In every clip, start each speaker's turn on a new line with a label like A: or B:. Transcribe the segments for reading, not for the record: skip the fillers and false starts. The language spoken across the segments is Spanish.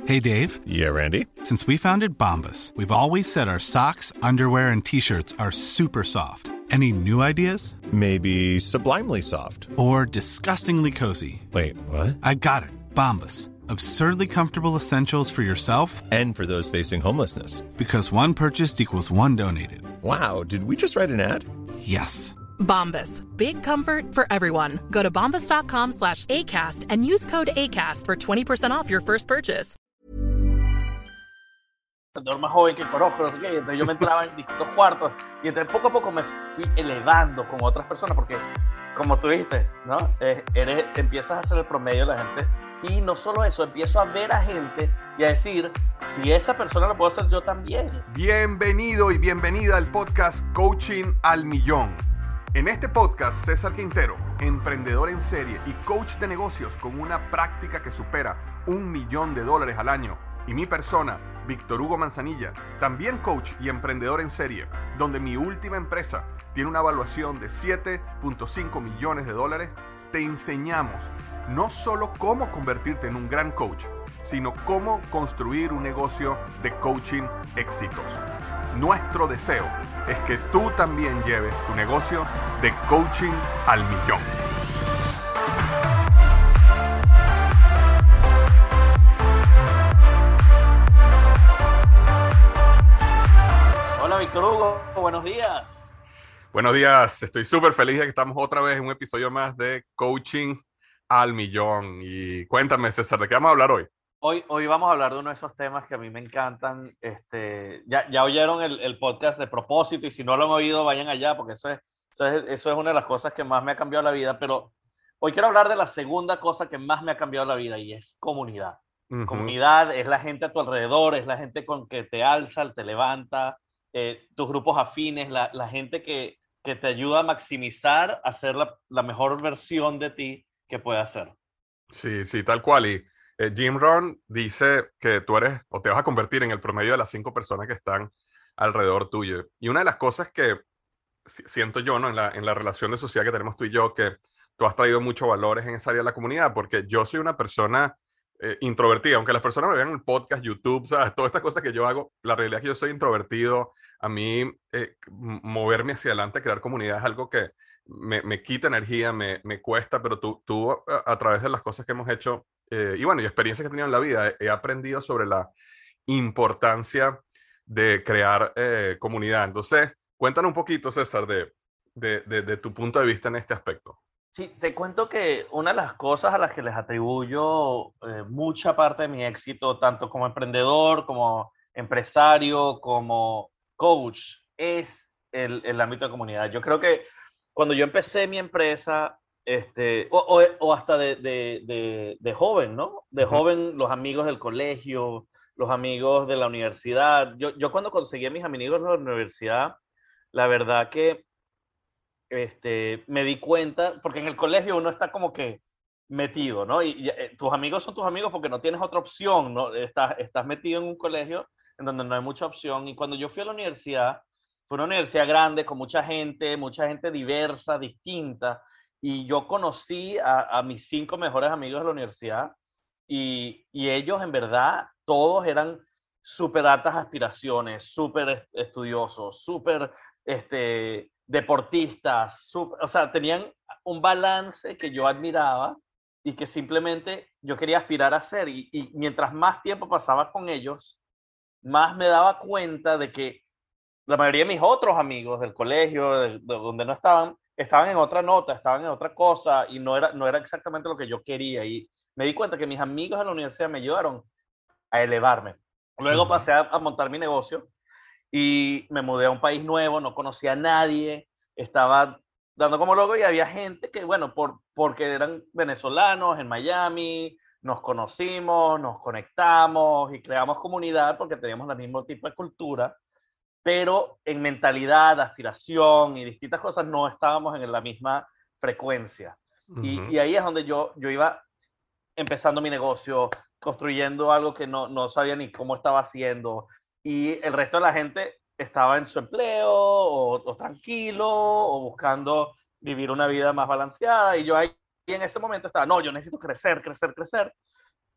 A: Hey, Dave.
B: Yeah, Randy.
A: Since we founded Bombas, we've always said our socks, underwear, and T-shirts are super soft. Any new ideas?
B: Maybe sublimely soft.
A: Or disgustingly cozy.
B: Wait, what?
A: I got it. Bombas. Absurdly comfortable essentials for yourself
B: And for those facing homelessness.
A: because one purchased equals one donated.
B: Wow, did we just write an ad?
A: Yes.
C: Bombas. Big comfort for everyone. Go to bombas.com/ACAST and use code ACAST for 20% off your first purchase.
D: Más joven que conozco, no sé qué, y entonces yo me entraba en distintos cuartos y entonces poco a poco me fui elevando con otras personas porque, como tú dijiste, ¿no? Empiezas a hacer el promedio de la gente y no solo eso, empiezo a ver a gente y a decir, si esa persona lo puedo hacer yo también.
E: Bienvenido y bienvenida al podcast Coaching al Millón. En este podcast, César Quintero, emprendedor en serie y coach de negocios con una práctica que supera $1 millón al año, y mi persona, Víctor Hugo Manzanilla, también coach y emprendedor en serie, donde mi última empresa tiene una evaluación de $7.5 millones, te enseñamos no solo cómo convertirte en un gran coach, sino cómo construir un negocio de coaching exitoso. Nuestro deseo es que tú también lleves tu negocio de coaching al millón.
D: Hola Víctor Hugo, buenos días.
E: Buenos días, estoy súper feliz de que estamos otra vez en un episodio más de Coaching al Millón. Y cuéntame, César, ¿de qué vamos a hablar hoy?
D: Hoy vamos a hablar de uno de esos temas que a mí me encantan. Ya oyeron el podcast de Propósito y si no lo han oído, vayan allá porque eso es una de las cosas que más me ha cambiado la vida. Pero hoy quiero hablar de la segunda cosa que más me ha cambiado la vida y es comunidad.
E: Uh-huh.
D: Comunidad es la gente a tu alrededor, es la gente con que te alza, te levanta, tus grupos afines, la gente que te ayuda a maximizar, a ser la mejor versión de ti que puedas ser.
E: Sí, tal cual. Y Jim Rohn dice que tú eres o te vas a convertir en el promedio de las 5 personas que están alrededor tuyo. Y una de las cosas que siento yo, ¿no? en la relación de sociedad que tenemos tú y yo, que tú has traído muchos valores en esa área de la comunidad, porque yo soy una persona introvertida, aunque las personas me vean en el podcast, YouTube, ¿sabes? Todas estas cosas que yo hago, la realidad es que yo soy introvertido. A mí moverme hacia adelante, crear comunidad es algo que me quita energía, me cuesta, pero tú a través de las cosas que hemos hecho y bueno, y experiencias que he tenido en la vida, he aprendido sobre la importancia de crear comunidad. Entonces, cuéntanos un poquito, César, de tu punto de vista en este aspecto.
D: Sí, te cuento que una de las cosas a las que les atribuyo mucha parte de mi éxito, tanto como emprendedor, como empresario, como coach, es el ámbito de comunidad. Yo creo que cuando yo empecé mi empresa, o hasta de joven, ¿no? De joven, los amigos del colegio, los amigos de la universidad. Yo cuando conseguí a mis amigos de la universidad, la verdad que me di cuenta, porque en el colegio uno está como que metido, ¿no? Y tus amigos son tus amigos porque no tienes otra opción, ¿no? Estás metido en un colegio en donde no hay mucha opción. Y cuando yo fui a la universidad, fue una universidad grande con mucha gente diversa, distinta. Y yo conocí a mis 5 mejores amigos de la universidad y ellos en verdad, todos eran súper altas aspiraciones, súper estudiosos, súper deportistas, o sea, tenían un balance que yo admiraba y que simplemente yo quería aspirar a ser. Y mientras más tiempo pasaba con ellos, más me daba cuenta de que la mayoría de mis otros amigos del colegio, de donde no estaban en otra nota, estaban en otra cosa y no era exactamente lo que yo quería. Y me di cuenta que mis amigos de la universidad me ayudaron a elevarme. Luego pasé a montar mi negocio y me mudé a un país nuevo, no conocía a nadie, estaba dando como loco y había gente que, bueno, porque eran venezolanos en Miami, nos conocimos, nos conectamos y creamos comunidad porque teníamos el mismo tipo de cultura, pero en mentalidad, aspiración y distintas cosas no estábamos en la misma frecuencia. Y ahí es donde yo iba empezando mi negocio, construyendo algo que no sabía ni cómo estaba haciendo, y el resto de la gente estaba en su empleo o tranquilo o buscando vivir una vida más balanceada, y yo ahí en ese momento estaba, no, yo necesito crecer.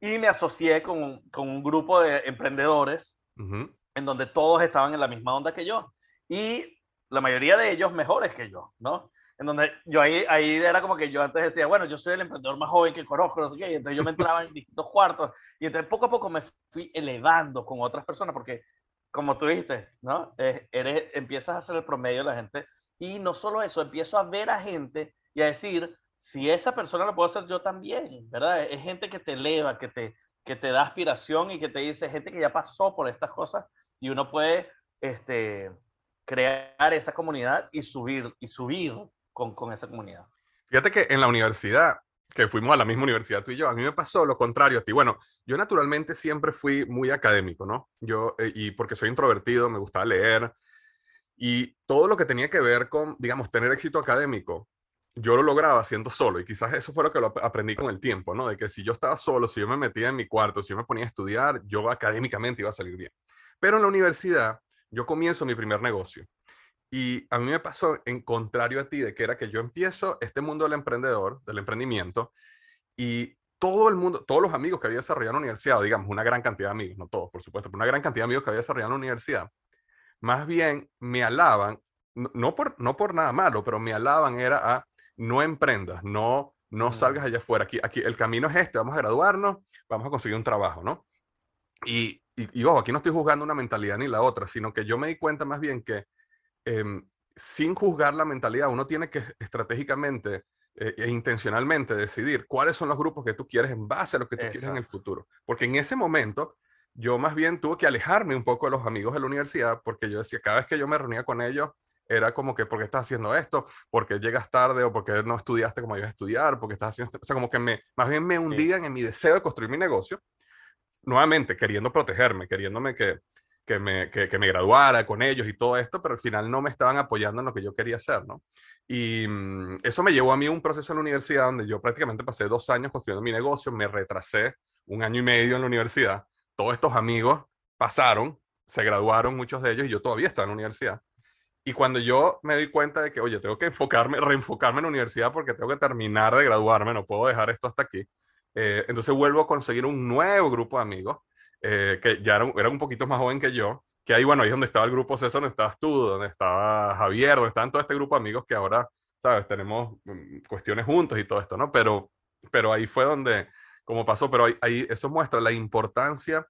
D: y me asocié con un grupo de emprendedores en donde todos estaban en la misma onda que yo. Y la mayoría de ellos mejores que yo, ¿no? En donde yo ahí era como que yo antes decía, bueno, yo soy el emprendedor más joven que conozco, no sé qué, y entonces yo me entraba en distintos cuartos, y entonces poco a poco me fui elevando con otras personas, porque como tú dijiste, ¿no? Empiezas a hacer el promedio de la gente, y no solo eso, empiezo a ver a gente y a decir, si esa persona lo puedo hacer yo también, ¿verdad? Es gente que te eleva, que te da aspiración y que te dice, gente que ya pasó por estas cosas, y uno puede crear esa comunidad y subir con esa comunidad.
E: Fíjate que en la universidad, que fuimos a la misma universidad tú y yo, a mí me pasó lo contrario a ti. Bueno, yo naturalmente siempre fui muy académico, ¿no? Y porque soy introvertido, me gustaba leer, y todo lo que tenía que ver con, digamos, tener éxito académico, yo lo lograba haciendo solo, y quizás eso fue lo que lo aprendí con el tiempo, ¿no? De que si yo estaba solo, si yo me metía en mi cuarto, si yo me ponía a estudiar, yo académicamente iba a salir bien. Pero en la universidad, yo comienzo mi primer negocio. Y a mí me pasó en contrario a ti, de que era que yo empiezo este mundo del emprendedor, del emprendimiento, y todo el mundo, todos los amigos que había desarrollado en la universidad, o digamos, una gran cantidad de amigos, no todos, por supuesto, pero una gran cantidad de amigos que había desarrollado en la universidad, más bien me alaban, no por nada malo, pero me alaban era a no emprendas, no salgas allá afuera, aquí el camino es este, vamos a graduarnos, vamos a conseguir un trabajo, ¿no? Y ojo, aquí no estoy juzgando una mentalidad ni la otra, sino que yo me di cuenta más bien que sin juzgar la mentalidad, uno tiene que estratégicamente e intencionalmente decidir cuáles son los grupos que tú quieres en base a lo que tú quieres en el futuro. Porque en ese momento yo más bien tuve que alejarme un poco de los amigos de la universidad, porque yo decía, cada vez que yo me reunía con ellos, era como que, ¿por qué estás haciendo esto? ¿Por qué llegas tarde? ¿O por qué no estudiaste como ibas a estudiar? ¿Por qué estás haciendo esto? O sea, como que más bien me hundían en mi deseo de construir mi negocio, nuevamente queriendo protegerme, queriéndome que me graduara con ellos y todo esto, pero al final no me estaban apoyando en lo que yo quería hacer, ¿no? Y eso me llevó a mí a un proceso en la universidad donde yo prácticamente pasé 2 años construyendo mi negocio, me retrasé 1 año y medio en la universidad, todos estos amigos pasaron, se graduaron muchos de ellos y yo todavía estaba en la universidad. Y cuando yo me di cuenta de que, oye, tengo que reenfocarme en la universidad porque tengo que terminar de graduarme, no puedo dejar esto hasta aquí, entonces vuelvo a conseguir un nuevo grupo de amigos que ya eran un poquito más joven que yo, que ahí, bueno, ahí es donde estaba el grupo César, donde estabas tú, donde estaba Javier, donde estaban todo este grupo de amigos que ahora, sabes, tenemos cuestiones juntos y todo esto, ¿no? Pero ahí fue donde, como pasó, pero ahí eso muestra la importancia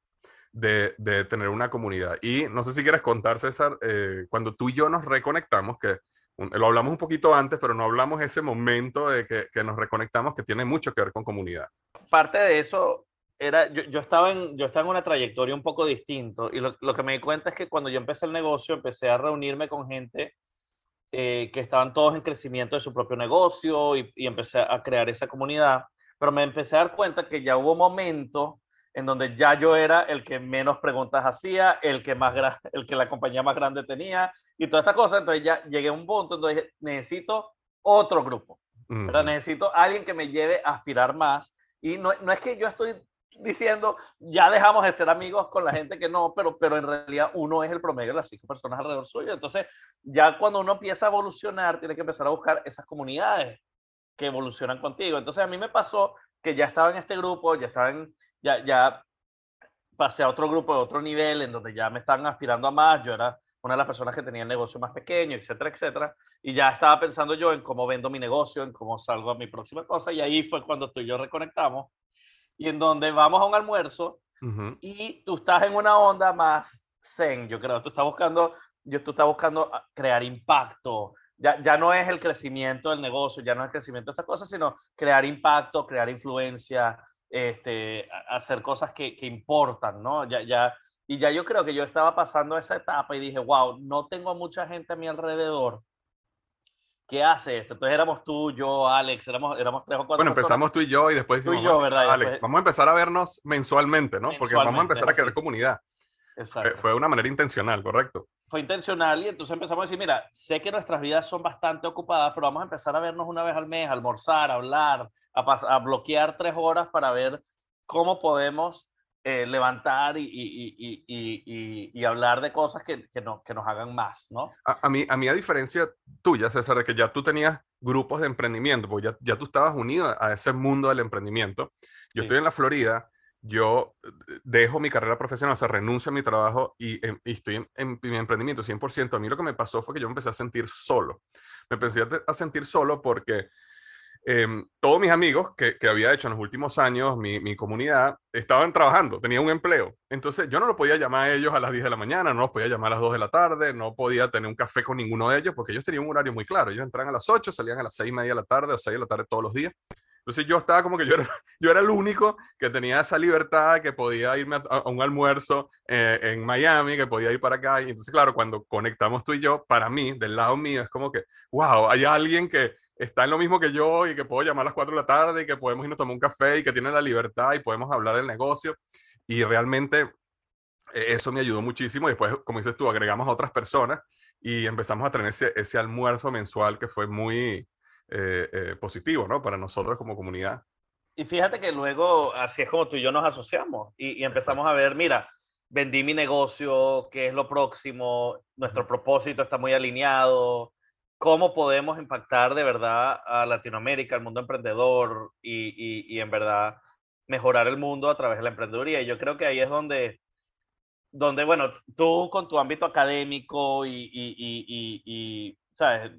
E: de tener una comunidad. Y no sé si quieres contar, César, cuando tú y yo nos reconectamos, que lo hablamos un poquito antes, pero no hablamos ese momento de que nos reconectamos, que tiene mucho que ver con comunidad.
D: Parte de eso era, yo estaba en una trayectoria un poco distinto, y lo que me di cuenta es que cuando yo empecé el negocio, empecé a reunirme con gente que estaban todos en crecimiento de su propio negocio, y empecé a crear esa comunidad, pero me empecé a dar cuenta que ya hubo momentos en donde ya yo era el que menos preguntas hacía, el que la compañía más grande tenía, y toda esta cosa. Entonces ya llegué a un punto en donde dije, necesito otro grupo, ¿verdad? Necesito alguien que me lleve a aspirar más, y no es que yo estoy diciendo, ya dejamos de ser amigos con la gente que no, pero en realidad uno es el promedio de las 5 personas alrededor suyo. Entonces, ya cuando uno empieza a evolucionar, tiene que empezar a buscar esas comunidades que evolucionan contigo. Entonces, a mí me pasó que ya estaba en este grupo, ya pasé a otro grupo de otro nivel, en donde ya me estaban aspirando a más. Yo era una de las personas que tenía el negocio más pequeño, etcétera, etcétera. Y ya estaba pensando yo en cómo vendo mi negocio, en cómo salgo a mi próxima cosa. Y ahí fue cuando tú y yo reconectamos, y en donde vamos a un almuerzo y tú estás en una onda más zen, yo creo. Tú estás buscando crear impacto. Ya no es el crecimiento del negocio, ya no es el crecimiento de estas cosas, sino crear impacto, crear influencia, hacer cosas que importan, ¿no? Y ya yo creo que yo estaba pasando esa etapa y dije, wow, no tengo mucha gente a mi alrededor que hace esto. Entonces éramos tú, yo, Alex, éramos 3 o 4
E: Bueno, empezamos tú y yo, y después
D: dijimos, tú y yo, ¿verdad?
E: Alex, después, vamos a empezar a vernos mensualmente, ¿no? Porque vamos a empezar a crear comunidad.
D: Exacto.
E: Fue de una manera intencional, ¿correcto?
D: Fue intencional, y entonces empezamos a decir, mira, sé que nuestras vidas son bastante ocupadas, pero vamos a empezar a vernos una vez al mes, a almorzar, a hablar, a bloquear 3 horas para ver cómo podemos levantar y hablar de cosas que nos hagan más, ¿no?
E: A mí, a diferencia tuya, César, de que ya tú tenías grupos de emprendimiento, porque ya tú estabas unido a ese mundo del emprendimiento. Yo estoy en la Florida yo dejo mi carrera profesional, o sea, renuncio a mi trabajo y estoy en mi emprendimiento 100%. A mí lo que me pasó fue que yo me empecé a sentir solo. Me empecé a sentir solo porque todos mis amigos que había hecho en los últimos años, mi comunidad, estaban trabajando, tenían un empleo. Entonces yo no lo podía llamar a ellos a las 10 de la mañana, no los podía llamar a las 2 de la tarde, no podía tener un café con ninguno de ellos porque ellos tenían un horario muy claro. Ellos entraban a las 8, salían a las 6:30 de la tarde o 6 de la tarde todos los días. Entonces yo estaba como que yo era el único que tenía esa libertad, que podía irme a un almuerzo en Miami, que podía ir para acá. Y entonces, claro, cuando conectamos tú y yo, para mí, del lado mío, es como que, wow, hay alguien que está en lo mismo que yo y que puedo llamar a las 4 de la tarde y que podemos irnos a tomar un café y que tiene la libertad y podemos hablar del negocio. Y realmente eso me ayudó muchísimo. Y después, como dices tú, agregamos a otras personas y empezamos a tener ese almuerzo mensual que fue muy positivo, ¿no? Para nosotros como comunidad.
D: Y fíjate que luego así es como tú y yo nos asociamos y empezamos a ver, mira, vendí mi negocio, qué es lo próximo, nuestro propósito está muy alineado, cómo podemos impactar de verdad a Latinoamérica, al mundo emprendedor y en verdad mejorar el mundo a través de la emprendeduría. Y yo creo que ahí es bueno, tú con tu ámbito académico ¿sabes?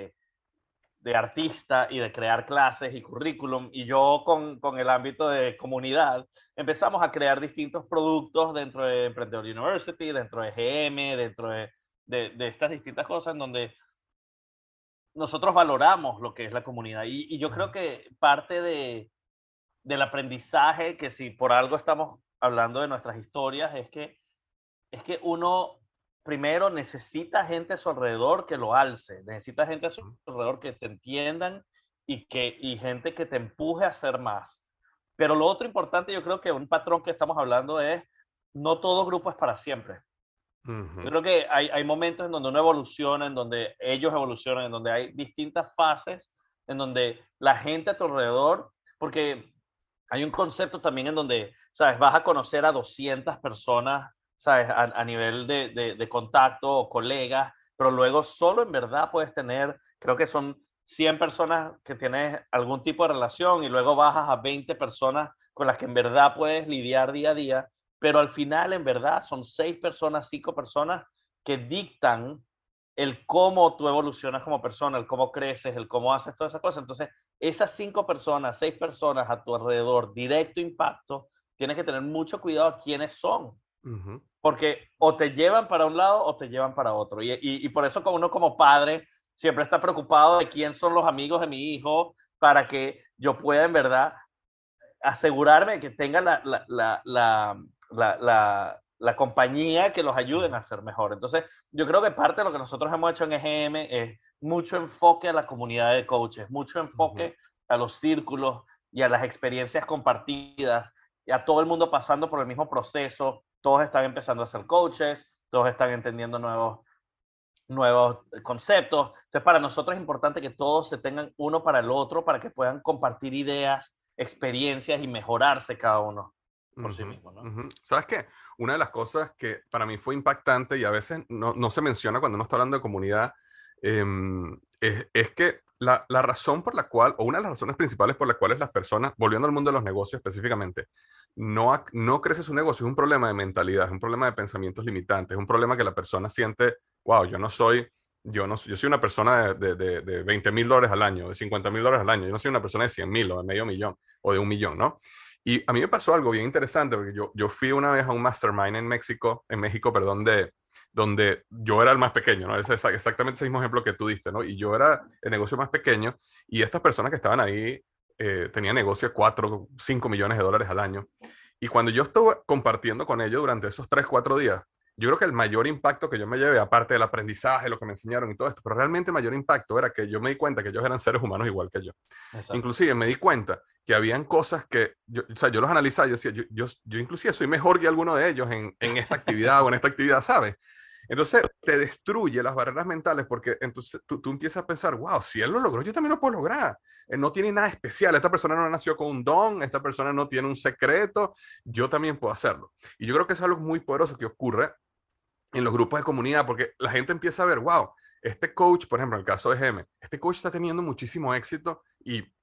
D: De artista y de crear clases y currículum, y yo con el ámbito de comunidad, empezamos a crear distintos productos dentro de Emprendedor University, dentro de GM, dentro de estas distintas cosas en donde nosotros valoramos lo que es la comunidad. Y yo creo que parte del aprendizaje, que si por algo estamos hablando de nuestras historias, es que uno primero necesita gente a su alrededor que lo alce, necesita gente a su alrededor que te entiendan y gente que te empuje a hacer más. Pero lo otro importante, yo creo que un patrón que estamos hablando es, no todo grupo es para siempre. Yo creo que hay momentos en donde uno evoluciona, en donde ellos evolucionan, en donde hay distintas fases, en donde la gente a tu alrededor, porque hay un concepto también en donde, ¿sabes? Vas a conocer a 200 personas, ¿sabes? A nivel de contacto o colegas, pero luego solo en verdad puedes tener, creo que son 100 personas que tienes algún tipo de relación y luego bajas a 20 personas con las que en verdad puedes lidiar día a día, pero al final en verdad son 6 personas, 5 personas que dictan el cómo tú evolucionas como persona, el cómo creces, el cómo haces todas esas cosas. Entonces, esas 5 personas, 6 personas a tu alrededor, directo impacto, tienes que tener mucho cuidado a quiénes son. Porque o te llevan para un lado o te llevan para otro. Y por eso uno como padre siempre está preocupado de quién son los amigos de mi hijo para que yo pueda en verdad asegurarme que tenga la compañía que los ayuden a ser mejor. Entonces, yo creo que parte de lo que nosotros hemos hecho en EGM es mucho enfoque a la comunidad de coaches, mucho enfoque a los círculos y a las experiencias compartidas, y a todo el mundo pasando por el mismo proceso. Todos están empezando a ser coaches, todos están entendiendo nuevos conceptos. Entonces, para nosotros es importante que todos se tengan uno para el otro, para que puedan compartir ideas, experiencias y mejorarse cada uno por sí mismo, ¿no?
E: ¿Sabes qué? Una de las cosas que para mí fue impactante y a veces no se menciona cuando uno está hablando de comunidad, es que la razón por la cual, o una de las razones principales por las cuales las personas, volviendo al mundo de los negocios específicamente, no crece su negocio, es un problema de mentalidad, es un problema de pensamientos limitantes, es un problema que la persona siente, wow, yo soy una persona de $20,000 al año, de $50,000 al año, yo no soy una persona de 100,000 o de medio millón o de 1,000,000, ¿no? Y a mí me pasó algo bien interesante, porque yo fui una vez a un mastermind en México, perdón, donde yo era el más pequeño, ¿no? Es exactamente ese mismo ejemplo que tú diste, ¿no? Y yo era el negocio más pequeño y estas personas que estaban ahí tenían negocios de 4, 5 millones de dólares al año. Y cuando yo estuve compartiendo con ellos durante esos 3, 4 días, yo creo que el mayor impacto que yo me llevé, aparte del aprendizaje, lo que me enseñaron y todo esto, pero realmente el mayor impacto era que yo me di cuenta que ellos eran seres humanos igual que yo. Exacto. Inclusive me di cuenta que habían cosas que, yo los analizaba, yo decía, yo inclusive soy mejor que alguno de ellos en esta actividad o en esta actividad, ¿sabes? Entonces te destruye las barreras mentales porque entonces tú empiezas a pensar, wow, si él lo logró, yo también lo puedo lograr. No tiene nada especial, esta persona no nació con un don, esta persona no tiene un secreto, yo también puedo hacerlo. Y yo creo que eso es algo muy poderoso que ocurre en los grupos de comunidad, porque la gente empieza a ver, wow, este coach, por ejemplo, en el caso de GM, este coach está teniendo muchísimo éxito y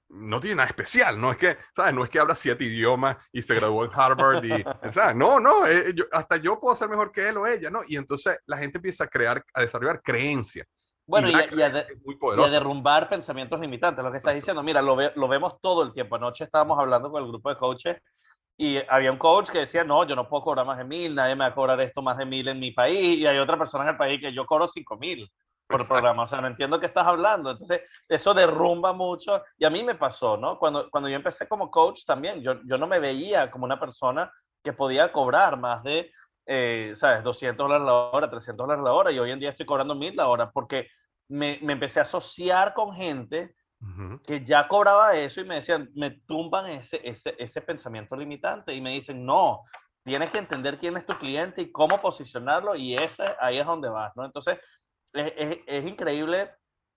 E: no tiene nada especial, no es que, ¿sabes? No es que habla 7 idiomas y se graduó en Harvard y, ¿sabes? No, no, hasta yo puedo ser mejor que él o ella, ¿no? Y entonces la gente empieza a desarrollar creencias. Y
D: Bueno,
E: la creencia es muy
D: y a
E: poderosa.
D: derrumbar pensamientos limitantes, lo que estás diciendo. Mira, lo vemos todo el tiempo. Anoche estábamos hablando con el grupo de coaches y había un coach que decía, no, yo no puedo cobrar más de 1,000, nadie me va a cobrar esto más de 1,000 en mi país. Y hay otra persona en el país que yo cobro 5,000 por
E: Exacto.
D: programa. O sea, no entiendo qué estás hablando. Entonces, eso derrumba mucho. Y a mí me pasó, ¿no? Cuando yo empecé como coach también, yo no me veía como una persona que podía cobrar más de, ¿sabes? $200 la hora, $300 la hora. Y hoy en día estoy cobrando 1,000 la hora porque me empecé a asociar con gente
E: Ujú.
D: que ya cobraba eso y me decían, me tumban ese pensamiento limitante y me dicen, no, tienes que entender quién es tu cliente y cómo posicionarlo y ahí es donde vas, ¿no? Entonces, es increíble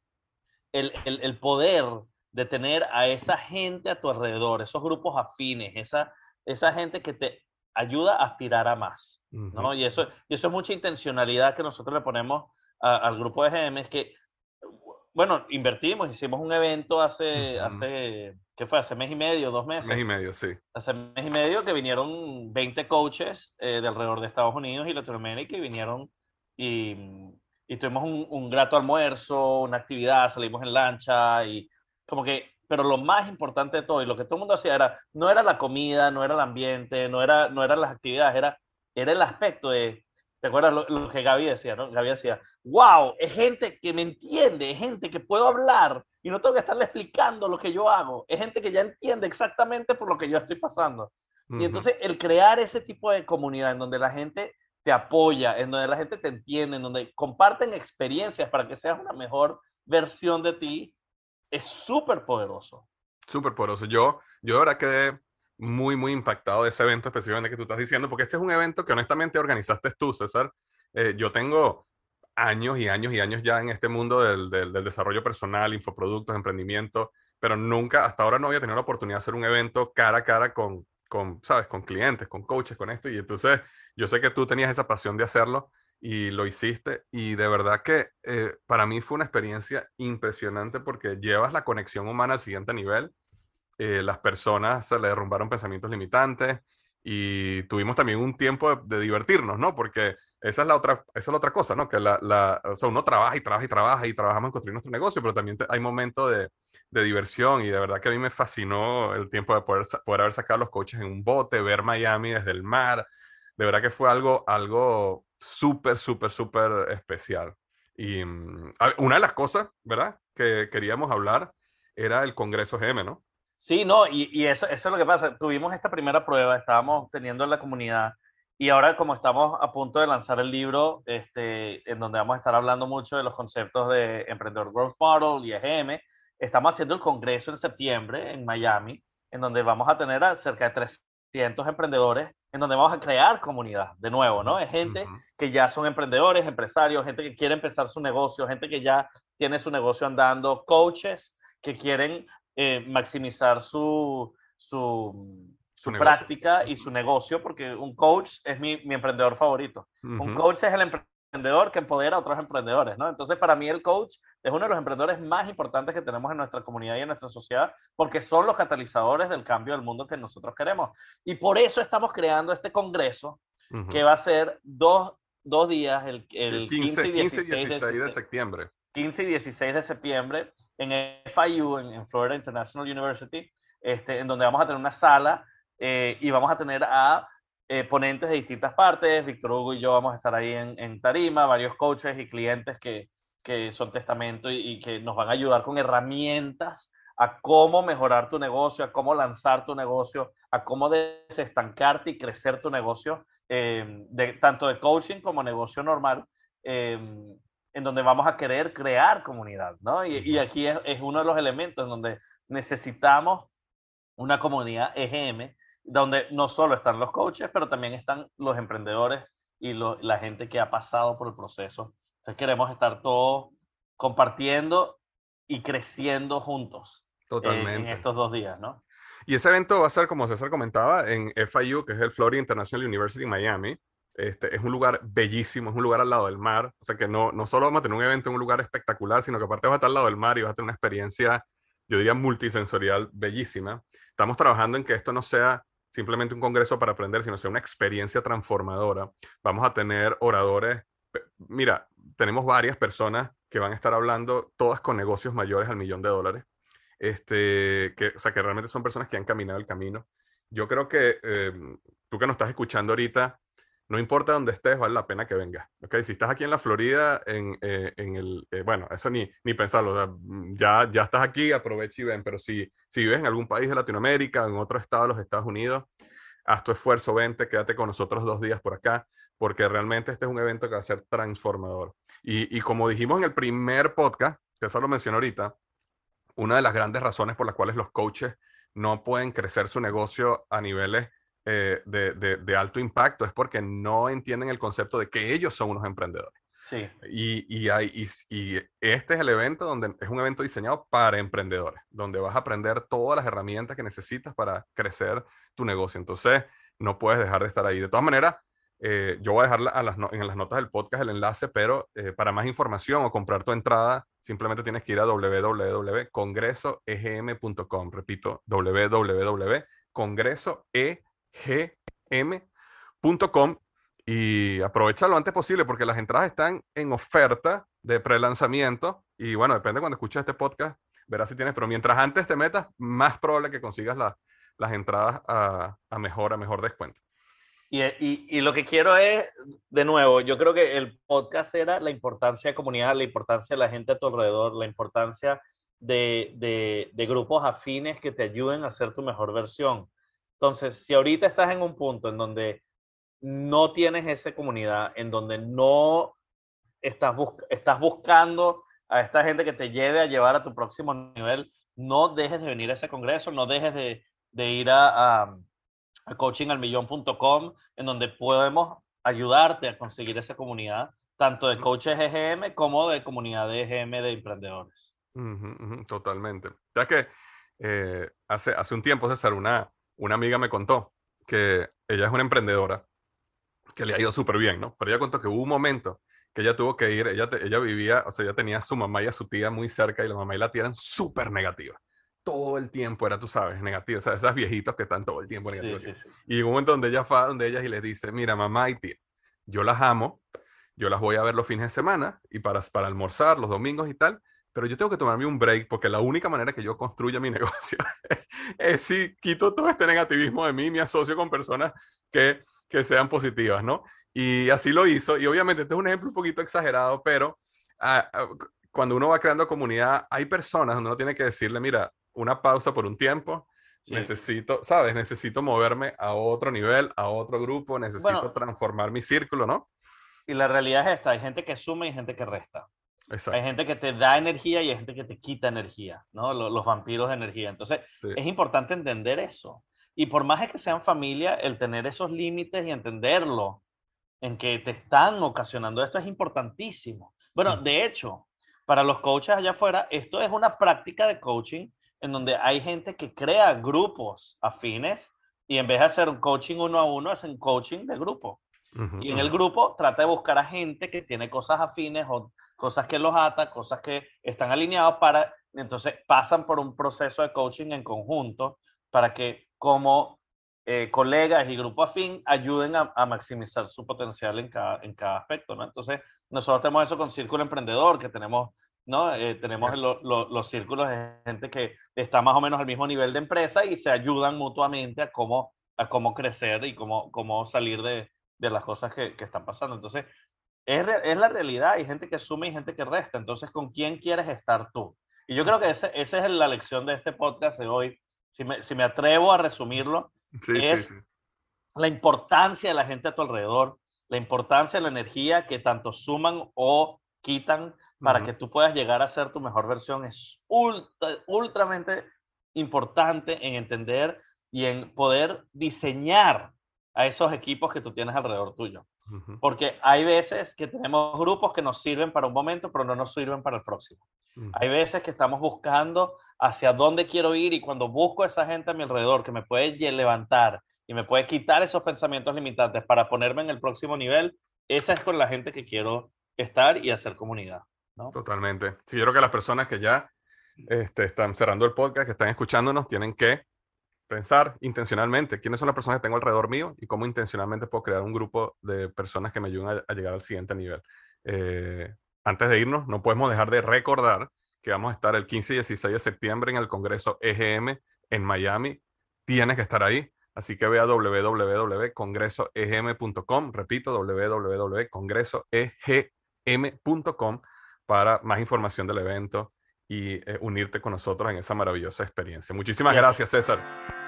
D: el poder de tener a esa gente a tu alrededor, esos grupos afines, esa gente que te ayuda a aspirar a más, ¿no?
E: Ujú.
D: Y eso es mucha intencionalidad que nosotros le ponemos al grupo de GM, es que, bueno, invertimos, hicimos un evento
E: Ujú.
D: ¿qué fue? Hace mes y medio, 2 meses.
E: Mes y medio, sí.
D: Hace mes y medio que vinieron 20 coaches de alrededor de Estados Unidos y Latinoamérica y vinieron y, y tuvimos un grato almuerzo, una actividad, salimos en lancha y como que, pero lo más importante de todo y lo que todo el mundo hacía no era la comida, no era el ambiente, no eran las actividades, era el aspecto de, ¿te acuerdas lo que Gaby decía, no? Gaby decía, wow, es gente que me entiende, es gente que puedo hablar y no tengo que estarle explicando lo que yo hago, es gente que ya entiende exactamente por lo que yo estoy pasando. Y
E: Ujú.
D: entonces el crear ese tipo de comunidad en donde la gente te apoya, en donde la gente te entiende, en donde comparten experiencias para que seas una mejor versión de ti, es súper poderoso.
E: Súper poderoso. Yo de verdad quedé muy, muy impactado de ese evento específicamente que tú estás diciendo, porque este es un evento que honestamente organizaste tú, César. Yo tengo años y años y años ya en este mundo del desarrollo personal, infoproductos, emprendimiento, pero nunca, hasta ahora no había tenido la oportunidad de hacer un evento cara a cara ¿sabes? Con clientes, con coaches, con esto. Y entonces yo sé que tú tenías esa pasión de hacerlo y lo hiciste. Y de verdad que para mí fue una experiencia impresionante porque llevas la conexión humana al siguiente nivel. Las personas se le derrumbaron pensamientos limitantes y tuvimos también un tiempo de divertirnos, ¿no? Porque esa es la otra cosa, ¿no? Que o sea, uno trabaja y trabaja y trabaja y trabajamos en construir nuestro negocio, pero también hay momentos de diversión y de verdad que a mí me fascinó el tiempo de poder haber sacado a los coaches en un bote, ver Miami desde el mar. De verdad que fue algo súper, súper, súper especial. Y una de las cosas, ¿verdad? Que queríamos hablar era el Congreso GM, ¿no?
D: Sí, no, y eso es lo que pasa. Tuvimos esta primera prueba, estábamos teniendo en la comunidad y ahora como estamos a punto de lanzar el libro, en donde vamos a estar hablando mucho de los conceptos de Emprendedor Growth Model y EGM, estamos haciendo el congreso en septiembre en Miami, en donde vamos a tener a cerca de 300 emprendedores, en donde vamos a crear comunidad de nuevo, ¿no? Es gente
E: Ujú.
D: que ya son emprendedores, empresarios, gente que quiere empezar su negocio, gente que ya tiene su negocio andando, coaches que quieren maximizar
E: Su
D: su
E: negocio.
D: práctica y su negocio, porque un coach es mi emprendedor favorito. Un
E: Ujú.
D: coach es el emprendedor que empodera a otros emprendedores, ¿no? Entonces, para mí el coach es uno de los emprendedores más importantes que tenemos en nuestra comunidad y en nuestra sociedad, porque son los catalizadores del cambio del mundo que nosotros queremos. Y por eso estamos creando este congreso que
E: Ujú.
D: va a ser dos días,
E: Sí, el
D: el 15 y
E: 15 y
D: 16
E: 16 de septiembre.
D: 15 y 16 de septiembre en FIU, en Florida International University, en donde vamos a tener una sala y vamos a tener a ponentes de distintas partes. Víctor Hugo y yo vamos a estar ahí en tarima, varios coaches y clientes que son testamento y que nos van a ayudar con herramientas a cómo mejorar tu negocio, a cómo lanzar tu negocio, a cómo desestancarte y crecer tu negocio, tanto de coaching como negocio normal. En donde vamos a querer crear comunidad, ¿no? Y
E: Ujú.
D: aquí es uno de los elementos en donde necesitamos una comunidad EGM, donde no solo están los coaches, pero también están los emprendedores y la gente que ha pasado por el proceso. Entonces queremos estar todos compartiendo y creciendo juntos en
E: Totalmente.
D: estos 2 días, ¿no?
E: Y ese evento va a ser, como César comentaba, en FIU, que es el Florida International University en Miami. Es un lugar bellísimo, es un lugar al lado del mar. O sea que no solo vamos a tener un evento en un lugar espectacular, sino que aparte vas a estar al lado del mar y vas a tener una experiencia yo diría multisensorial, bellísima. Estamos trabajando en que esto no sea simplemente un congreso para aprender, sino sea una experiencia transformadora. Vamos a tener oradores. Mira, tenemos varias personas que van a estar hablando, todas con negocios mayores al $1.000.000. O sea, que realmente son personas que han caminado el camino. Yo creo que tú que nos estás escuchando ahorita, no importa dónde estés, vale la pena que vengas. ¿Okay? Si estás aquí en la Florida, bueno, eso ni pensarlo. O sea, ya estás aquí, aprovecha y ven. Pero si vives en algún país de Latinoamérica, en otro estado de los Estados Unidos, haz tu esfuerzo, vente, quédate con nosotros 2 días por acá, porque realmente este es un evento que va a ser transformador. Y como dijimos en el primer podcast, que eso lo mencioné ahorita, una de las grandes razones por las cuales los coaches no pueden crecer su negocio a niveles de alto impacto es porque no entienden el concepto de que ellos son unos emprendedores.
D: Sí.
E: Y este es el evento donde es un evento diseñado para emprendedores, donde vas a aprender todas las herramientas que necesitas para crecer tu negocio. Entonces, no puedes dejar de estar ahí. De todas maneras, yo voy a dejar en las notas del podcast el enlace, pero para más información o comprar tu entrada, simplemente tienes que ir a www.congresoegm.com. Repito, www.congresoegm.com y aprovecha lo antes posible porque las entradas están en oferta de pre-lanzamiento y bueno, depende cuando escuches este podcast, verás si tienes, pero mientras antes te metas, más probable que consigas las entradas a mejor descuento.
D: Y lo que quiero es, de nuevo, yo creo que el podcast era la importancia de comunidad, la importancia de la gente a tu alrededor, la importancia de grupos afines que te ayuden a ser tu mejor versión. Entonces, si ahorita estás en un punto en donde no tienes esa comunidad, en donde no estás buscando a esta gente que te lleve a llevar a tu próximo nivel, no dejes de venir a ese congreso, no dejes de ir a coachingalmillón.com, en donde podemos ayudarte a conseguir esa comunidad, tanto de coaches EGM como de comunidad de EGM de emprendedores.
E: Totalmente. ¿Sabes que hace un tiempo, César, una amiga me contó que ella es una emprendedora que le ha ido súper bien, ¿no? Pero ella contó que hubo un momento que ella tuvo que ir, ella vivía, o sea, ella tenía a su mamá y a su tía muy cerca y la mamá y la tía eran súper negativas. Todo el tiempo era, tú sabes, negativo. O sea, esas viejitos que están todo el tiempo negativos. Sí. Y llegó un momento donde ella fue donde ellas y les dice, mira, mamá y tía, yo las amo, yo las voy a ver los fines de semana y para almorzar los domingos y tal, pero yo tengo que tomarme un break porque la única manera que yo construya mi negocio es si quito todo este negativismo de mí y me asocio con personas que sean positivas, ¿no? Y así lo hizo. Y obviamente este es un ejemplo un poquito exagerado, pero cuando uno va creando comunidad, hay personas donde uno tiene que decirle, mira, una pausa por un tiempo, sí. Necesito moverme a otro nivel, a otro grupo, necesito transformar mi círculo, ¿no?
D: Y la realidad es esta, hay gente que suma y hay gente que resta.
E: Exacto.
D: Hay gente que te da energía y hay gente que te quita energía, ¿no? Los vampiros de energía. Entonces, sí. Es importante entender eso. Y por más que sean familia, el tener esos límites y entenderlo en que te están ocasionando esto es importantísimo. Bueno, de hecho, para los coaches allá afuera, esto es una práctica de coaching en donde hay gente que crea grupos afines y en vez de hacer un coaching 1 a 1, hacen coaching de grupo. Y en el grupo trata de buscar a gente que tiene cosas afines o cosas que los ata, cosas que están alineados entonces pasan por un proceso de coaching en conjunto para que como colegas y grupo afín ayuden a maximizar su potencial en cada aspecto, ¿no? Entonces nosotros tenemos eso con Círculo Emprendedor, que tenemos, ¿no? Tenemos los círculos de gente que está más o menos al mismo nivel de empresa y se ayudan mutuamente a cómo crecer y cómo salir de las cosas que están pasando. Entonces, es la realidad. Hay gente que suma y gente que resta. Entonces, ¿con quién quieres estar tú? Y yo creo que esa es la lección de este podcast de hoy. Si me atrevo a resumirlo, es la importancia de la gente a tu alrededor, la importancia de la energía que tanto suman o quitan para que tú puedas llegar a ser tu mejor versión. Es ultramente importante en entender y en poder diseñar a esos equipos que tú tienes alrededor tuyo. Porque hay veces que tenemos grupos que nos sirven para un momento, pero no nos sirven para el próximo. Hay veces que estamos buscando hacia dónde quiero ir y cuando busco a esa gente a mi alrededor que me puede levantar y me puede quitar esos pensamientos limitantes para ponerme en el próximo nivel, esa es con la gente que quiero estar y hacer comunidad, ¿no?
E: Totalmente. Sí, yo creo que las personas que ya están cerrando el podcast, que están escuchándonos, tienen que pensar intencionalmente quiénes son las personas que tengo alrededor mío y cómo intencionalmente puedo crear un grupo de personas que me ayuden a llegar al siguiente nivel. Antes de irnos, no podemos dejar de recordar que vamos a estar el 15 y 16 de septiembre en el Congreso EGM en Miami. Tienes que estar ahí. Así que ve a www.congresoegm.com. Repito, www.congresoegm.com para más información del evento y unirte con nosotros en esa maravillosa experiencia. Muchísimas gracias, César.